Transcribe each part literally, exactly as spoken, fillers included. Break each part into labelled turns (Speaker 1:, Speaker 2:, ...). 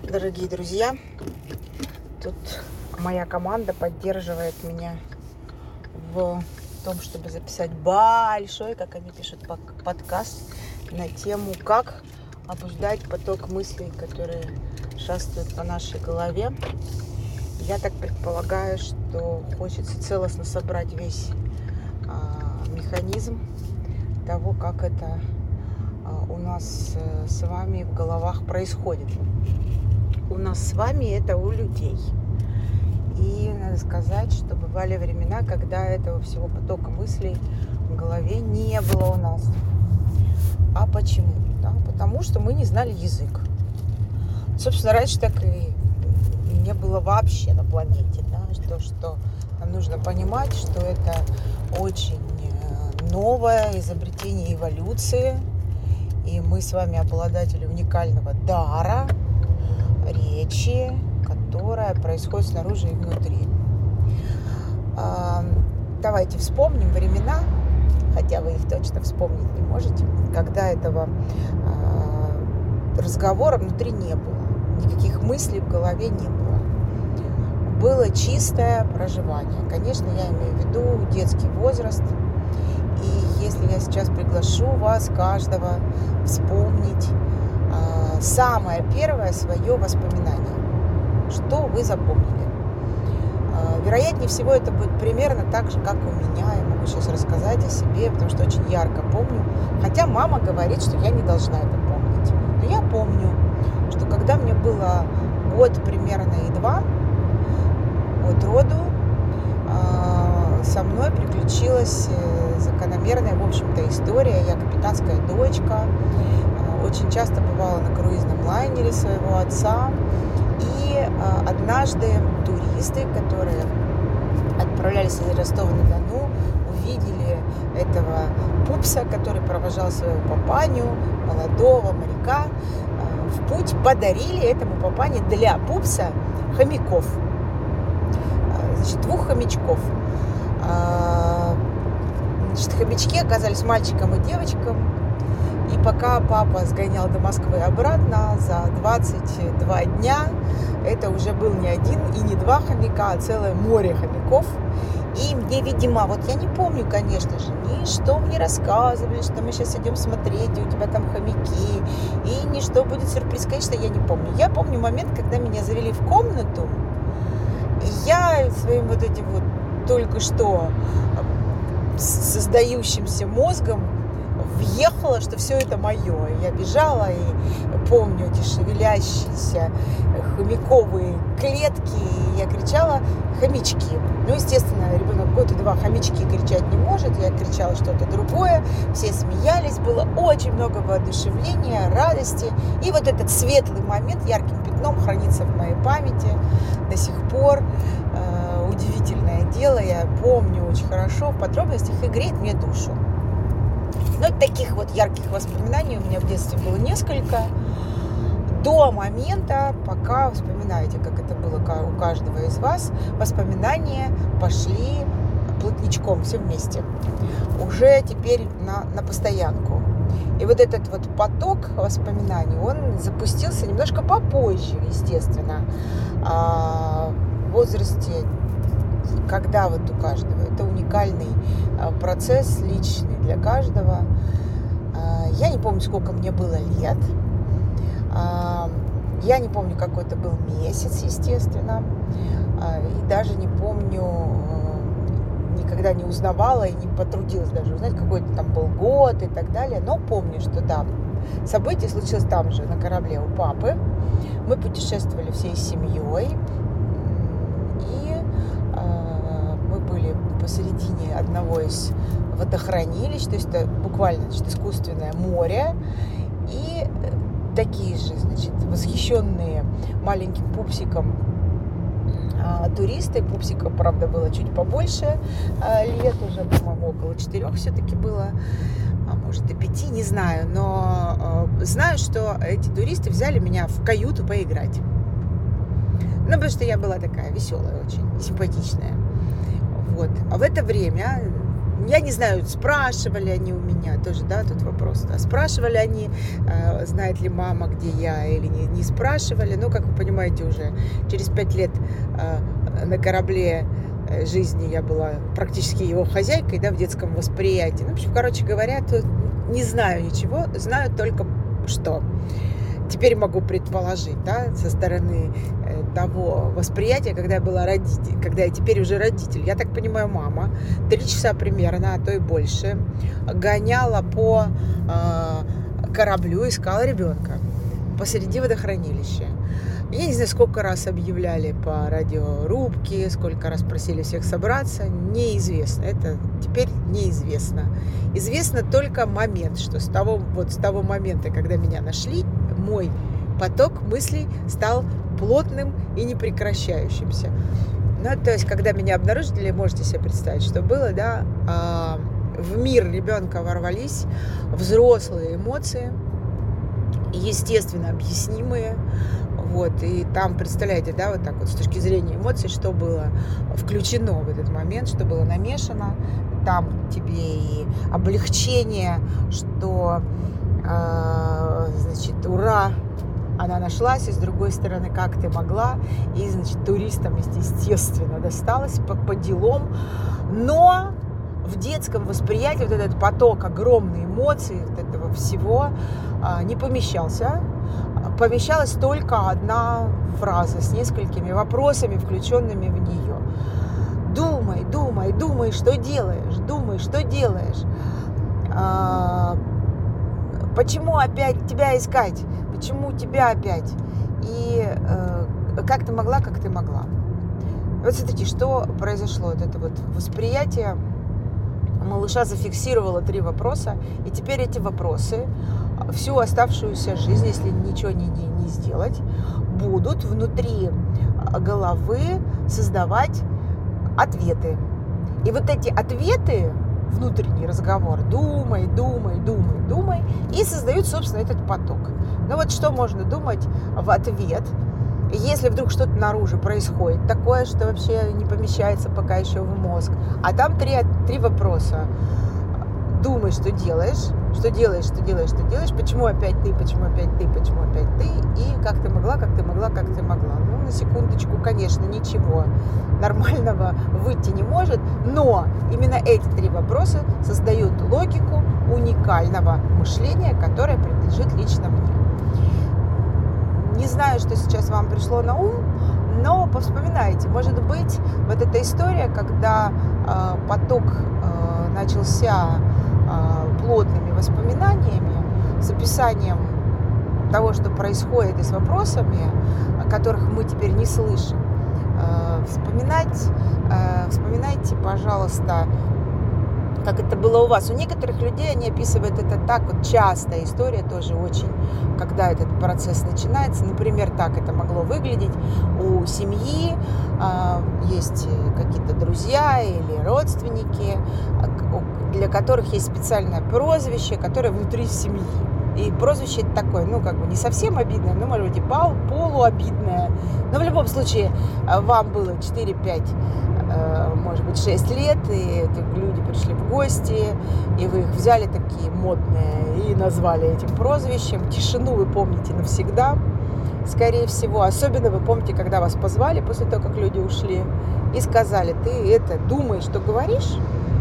Speaker 1: Дорогие друзья, тут моя команда поддерживает меня в том, чтобы записать большой, как они пишут, подкаст на тему, как обуздать поток мыслей, которые шастают по нашей голове. Я так предполагаю, что хочется целостно собрать весь а, механизм того, как это а, у нас а, с вами в головах происходит. У нас с вами это у людей. И надо сказать, что бывали времена, когда этого всего потока мыслей в голове не было у нас. А почему? Да, потому что мы не знали язык. Собственно, раньше так и не было вообще на планете. Да? Что, что нам нужно понимать, что это очень новое изобретение эволюции. И мы с вами обладатели уникального дара речи, которая происходит снаружи и внутри. Давайте вспомним времена, хотя вы их точно вспомнить не можете, когда этого разговора внутри не было, никаких мыслей в голове не было. Было чистое проживание. Конечно, я имею в виду детский возраст. И если я сейчас приглашу вас, каждого, вспомнить самое первое свое воспоминание, что вы запомнили. Вероятнее всего, это будет примерно так же, как у меня. Я могу сейчас рассказать о себе, потому что очень ярко помню. Хотя мама говорит, что я не должна это помнить. Но я помню, что когда мне было год примерно и два от роду, со мной приключилась закономерная, в общем-то, история. Я капитанская дочка. Очень часто бывала на круизном лайнере своего отца. И однажды туристы, которые отправлялись из Ростова-на-Дону, увидели этого пупса, который провожал своего папаню, молодого моряка, в путь, подарили этому папане для пупса хомяков. Значит, двух хомячков. Значит, хомячки оказались мальчиком и девочкой. И пока папа сгонял до Москвы обратно за двадцать два дня, это уже был не один и не два хомяка, а целое море хомяков. И мне, видимо, вот я не помню, конечно же, ни что мне рассказывали, что мы сейчас идем смотреть, и у тебя там хомяки, и ни что будет сюрприз. Конечно, я не помню. Я помню момент, когда меня завели в комнату, и я своим вот этим вот только что создающимся мозгом въехала, что все это мое. Я бежала и помню эти шевелящиеся хомяковые клетки, и я кричала «хомячки». Ну, естественно, ребенок год и два хомячки кричать не может, я кричала что-то другое, все смеялись, было очень много воодушевления, радости. И вот этот светлый момент ярким пятном хранится в моей памяти до сих пор. Э, удивительное дело, я помню очень хорошо, в подробностях, и греет мне душу. Ну, таких вот ярких воспоминаний у меня в детстве было несколько. До момента, пока, вспоминаете, как это было у каждого из вас, воспоминания пошли плотничком, все вместе. Уже теперь на, на постоянку. И вот этот вот поток воспоминаний, он запустился немножко попозже, естественно. А в возрасте, когда вот у каждого. Это уникальный процесс, личный для каждого. Я не помню, сколько мне было лет. Я не помню, какой это был месяц, естественно. И даже не помню, никогда не узнавала и не потрудилась даже узнать, какой это там был год и так далее. Но помню, что да, событие случилось там же, на корабле у папы. Мы путешествовали всей семьей. И мы были посередине одного из водохранилищ, то есть это буквально, значит, искусственное море. И такие же, значит, восхищенные маленьким пупсиком а, туристы. Пупсика, правда, было чуть побольше а, лет, уже, по-моему, около четырех все-таки было, а может и пяти, не знаю. Но а, знаю, что эти туристы взяли меня в каюту поиграть. Ну, потому что я была такая веселая очень, симпатичная. Вот. А в это время я не знаю, спрашивали они у меня, тоже, да, тут вопрос, да, спрашивали они, э, знает ли мама, где я, или не, не спрашивали. Ну, как вы понимаете, уже через пять лет э, на корабле жизни я была практически его хозяйкой, да, в детском восприятии. Ну, в общем, короче говоря, тут не знаю ничего, знаю только что. Теперь могу предположить, да, со стороны э, того восприятия, когда я была родитель, когда я теперь уже родитель. Я так понимаю, мама три часа примерно, а то и больше, гоняла по э, кораблю, искала ребенка посреди водохранилища. Я не знаю, сколько раз объявляли по радиорубке, сколько раз просили всех собраться, неизвестно. Это теперь неизвестно. Известно только момент, что с того, вот с того момента, когда меня нашли, мой поток мыслей стал плотным и непрекращающимся. Ну, то есть, когда меня обнаружили, можете себе представить, что было, да, в мир ребенка ворвались взрослые эмоции, естественно, объяснимые. Вот, и там, представляете, да, вот так вот с точки зрения эмоций, что было включено в этот момент, что было намешано. Там тебе и облегчение, что, э, значит, ура, она нашлась, и с другой стороны, как ты могла. И, значит, туристам, естественно, досталось по, по делам. Но в детском восприятии вот этот поток огромной эмоций, вот этого всего э, не помещался. Помещалась только одна фраза с несколькими вопросами, включенными в нее. Думай, думай, думай, что делаешь, думай, что делаешь. А, почему опять тебя искать? Почему тебя опять? И а, как ты могла, как ты могла? Вот смотрите, что произошло. Вот это вот восприятие малыша зафиксировало три вопроса, и теперь эти вопросы всю оставшуюся жизнь, если ничего не, не, не сделать, будут внутри головы создавать ответы. И вот эти ответы, внутренний разговор, думай, думай, думай, думай, и создают, собственно, этот поток. Ну вот что можно думать в ответ, если вдруг что-то наружу происходит, такое, что вообще не помещается пока еще в мозг. А там три, три вопроса. Думай, что делаешь, что делаешь, что делаешь, что делаешь, почему опять ты, почему опять ты, почему опять ты, и как ты могла, как ты могла, как ты могла. Ну, на секундочку, конечно, ничего нормального выйти не может, но именно эти три вопроса создают логику уникального мышления, которое принадлежит лично мне. Не знаю, что сейчас вам пришло на ум, но повспоминайте. Может быть, вот эта история, когда э, поток э, начался э, плотными воспоминаниями, с описанием того, что происходит, и с вопросами, которых мы теперь не слышим. Э, вспоминать, э, вспоминайте, пожалуйста, как это было у вас. У некоторых людей они описывают это так, вот частая история тоже очень, когда этот процесс начинается. Например, так это могло выглядеть. У семьи э, есть какие-то друзья или родственники, для которых есть специальное прозвище, которое внутри семьи. И прозвище это такое, ну, как бы не совсем обидное, но, может быть, и полуобидное. Но в любом случае, вам было четыре-пять, может быть, шесть лет, и эти люди пришли в гости, и вы их взяли такие модные и назвали этим прозвищем. Тишину вы помните навсегда, скорее всего. Особенно вы помните, когда вас позвали после того, как люди ушли, и сказали: ты это думай, что говоришь,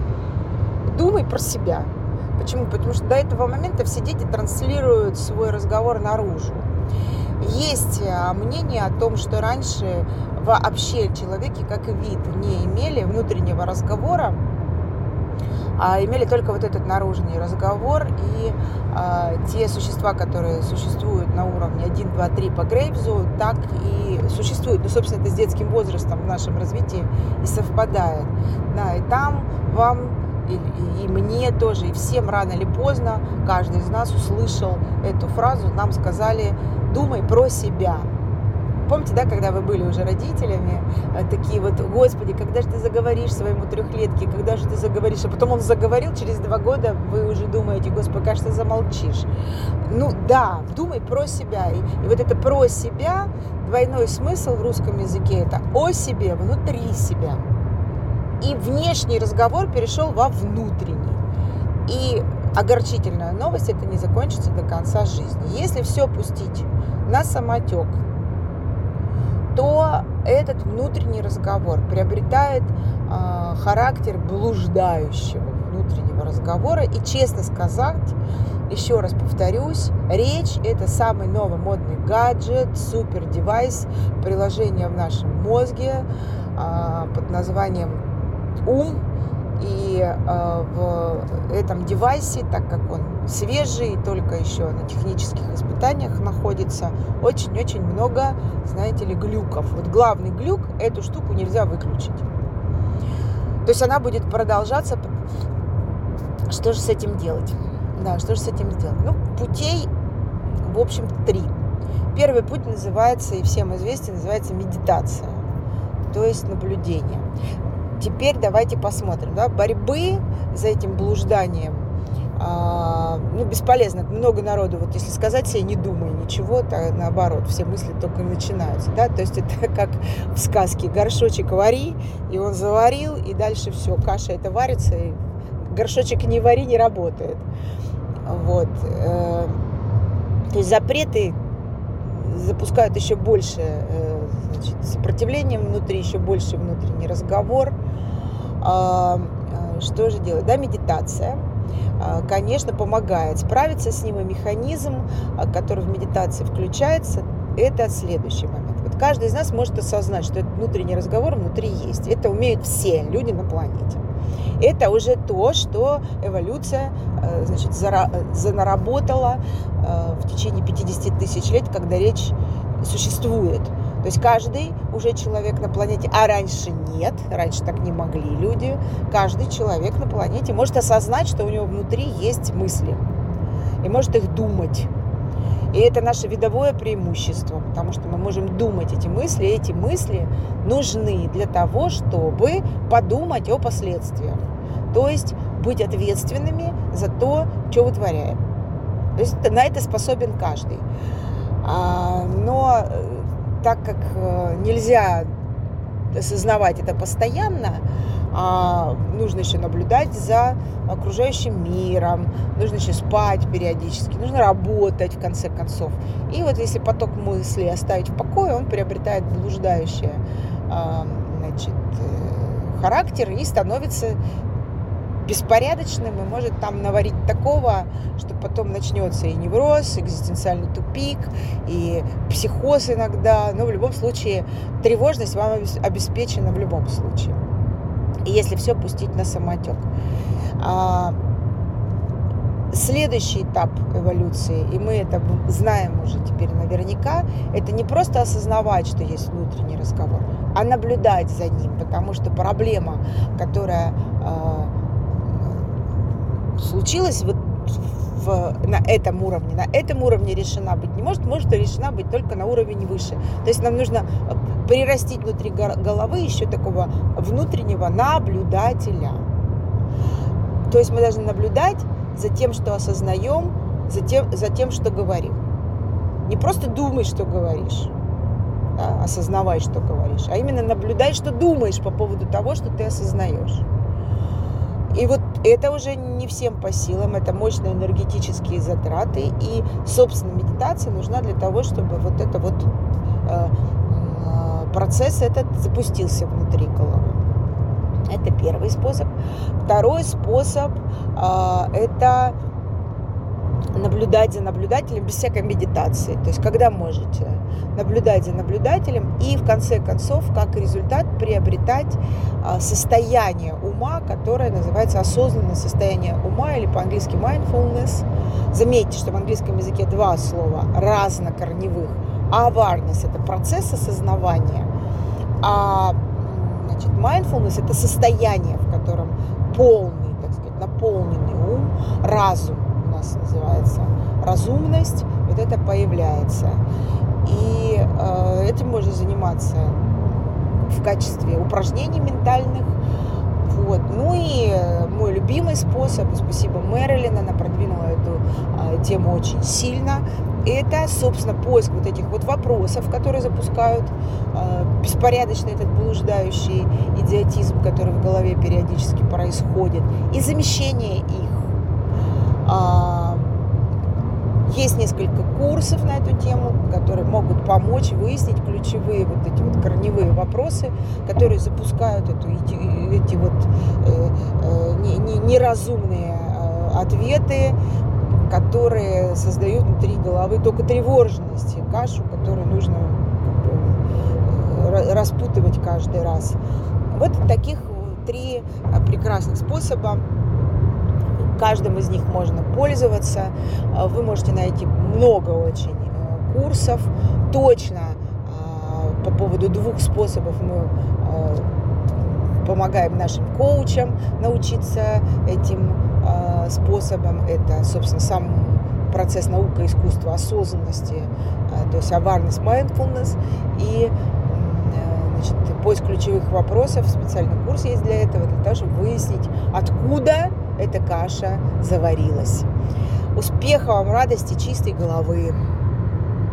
Speaker 1: думай про себя. Почему? Потому что до этого момента все дети транслируют свой разговор наружу. Есть мнение о том, что раньше вообще человеки как вид не имели внутреннего разговора, а имели только вот этот наружный разговор. И а, те существа, которые существуют на уровне один, два, три по Грейвзу, так и существуют. Ну, собственно, это с детским возрастом в нашем развитии и совпадает. Да, и там вам И, и мне тоже, и всем рано или поздно, каждый из нас услышал эту фразу, нам сказали: думай про себя. Помните, да, когда вы были уже родителями, такие вот: Господи, когда же ты заговоришь своему трехлетке, когда же ты заговоришь? А потом он заговорил, через два года вы уже думаете: Господи, пока что замолчишь. Ну да, думай про себя. И, и вот это про себя, двойной смысл в русском языке, это о себе, внутри себя. И внешний разговор перешел во внутренний. И огорчительная новость, это не закончится до конца жизни. Если все пустить на самотек, то этот внутренний разговор приобретает э, характер блуждающего внутреннего разговора. И, честно сказать, еще раз повторюсь, речь – это самый новый модный гаджет, супер девайс, приложение в нашем мозге э, под названием ум. И э, в этом девайсе, так как он свежий, только еще на технических испытаниях находится, очень-очень много, знаете ли, глюков. Вот главный глюк – эту штуку нельзя выключить. То есть она будет продолжаться. Что же с этим делать? Да, что же с этим сделать? Ну, путей, в общем, три. Первый путь называется, и всем известен, называется медитация, то есть наблюдение. Теперь давайте посмотрим. Да, борьбы за этим блужданием а, ну, бесполезно. Много народу, вот если сказать себе «не думай ничего», то наоборот, все мысли только начинаются. Да? То есть это как в сказке: горшочек вари, и он заварил, и дальше все, каша это варится, и горшочек не вари не работает. Вот. То есть запреты запускают еще больше, значит, сопротивления внутри, еще больше внутренний разговор. Что же делать? Да, медитация, конечно, помогает справиться с ним, и механизм, который в медитации включается, это следующий момент. Вот каждый из нас может осознать, что этот внутренний разговор внутри есть. Это умеют все люди на планете. Это уже то, что эволюция, значит, заработала в течение пятьдесят тысяч лет, когда речь существует. То есть каждый уже человек на планете, а раньше нет, раньше так не могли люди, каждый человек на планете может осознать, что у него внутри есть мысли и может их думать. И это наше видовое преимущество, потому что мы можем думать эти мысли, и эти мысли нужны для того, чтобы подумать о последствиях. То есть быть ответственными за то, что вытворяем. То есть на это способен каждый. Но так как нельзя осознавать это постоянно, нужно еще наблюдать за окружающим миром, нужно еще спать периодически, нужно работать в конце концов. И вот если поток мыслей оставить в покое, он приобретает блуждающий, значит, характер и становится беспорядочным, и может там наварить такого, что потом начнется и невроз, экзистенциальный тупик, и психоз иногда, но в любом случае тревожность вам обеспечена в любом случае. И если все пустить на самотек. Следующий этап эволюции, и мы это знаем уже теперь наверняка, это не просто осознавать, что есть внутренний разговор, а наблюдать за ним, потому что проблема, которая случилась вот в, на этом уровне, на этом уровне решена быть не может, может решена быть только на уровень выше. То есть нам нужно прирастить внутри головы еще такого внутреннего наблюдателя. То есть мы должны наблюдать за тем, что осознаем, за тем, за тем, что говорим. Не просто думай, что говоришь, да, осознавай, что говоришь, а именно наблюдай, что думаешь по поводу того, что ты осознаешь. И вот это уже не всем по силам, это мощные энергетические затраты, и, собственно, медитация нужна для того, чтобы вот это вот э, процесс этот запустился внутри головы. Это первый способ. Второй способ э, это наблюдать за наблюдателем без всякой медитации. То есть, когда можете наблюдать за наблюдателем и, в конце концов, как результат, приобретать э, состояние ума, которое называется осознанное состояние ума, или по-английски mindfulness. Заметьте, что в английском языке два слова разнокорневых. Awareness – это процесс осознавания, а значит, mindfulness – это состояние, в котором полный, так сказать, наполненный ум, разум у нас называется, разумность, вот это появляется. И э, этим можно заниматься в качестве упражнений ментальных. Вот. Ну и мой любимый способ, и спасибо Мэрилин, она продвинула эту э, тему очень сильно, это, собственно, поиск вот этих вот вопросов, которые запускают э, беспорядочный этот блуждающий идиотизм, который в голове периодически происходит, и замещение их. А, есть несколько курсов на эту тему, которые могут помочь выяснить ключевые вот эти вот корневые вопросы, которые запускают эту, эти вот э, э, не, не, неразумные э, ответы, которые создают внутри головы только тревожность, кашу, которую нужно как бы распутывать каждый раз. Вот таких три прекрасных способа. Каждым из них можно пользоваться. Вы можете найти много очень курсов. Точно по поводу двух способов мы помогаем нашим коучам научиться этим способом. Это, собственно, сам процесс наука, искусство осознанности, то есть awareness, mindfulness и, значит, поиск ключевых вопросов. Специальный курс есть для этого, для того, чтобы выяснить, откуда эта каша заварилась. Успехов вам, радости, чистой головы!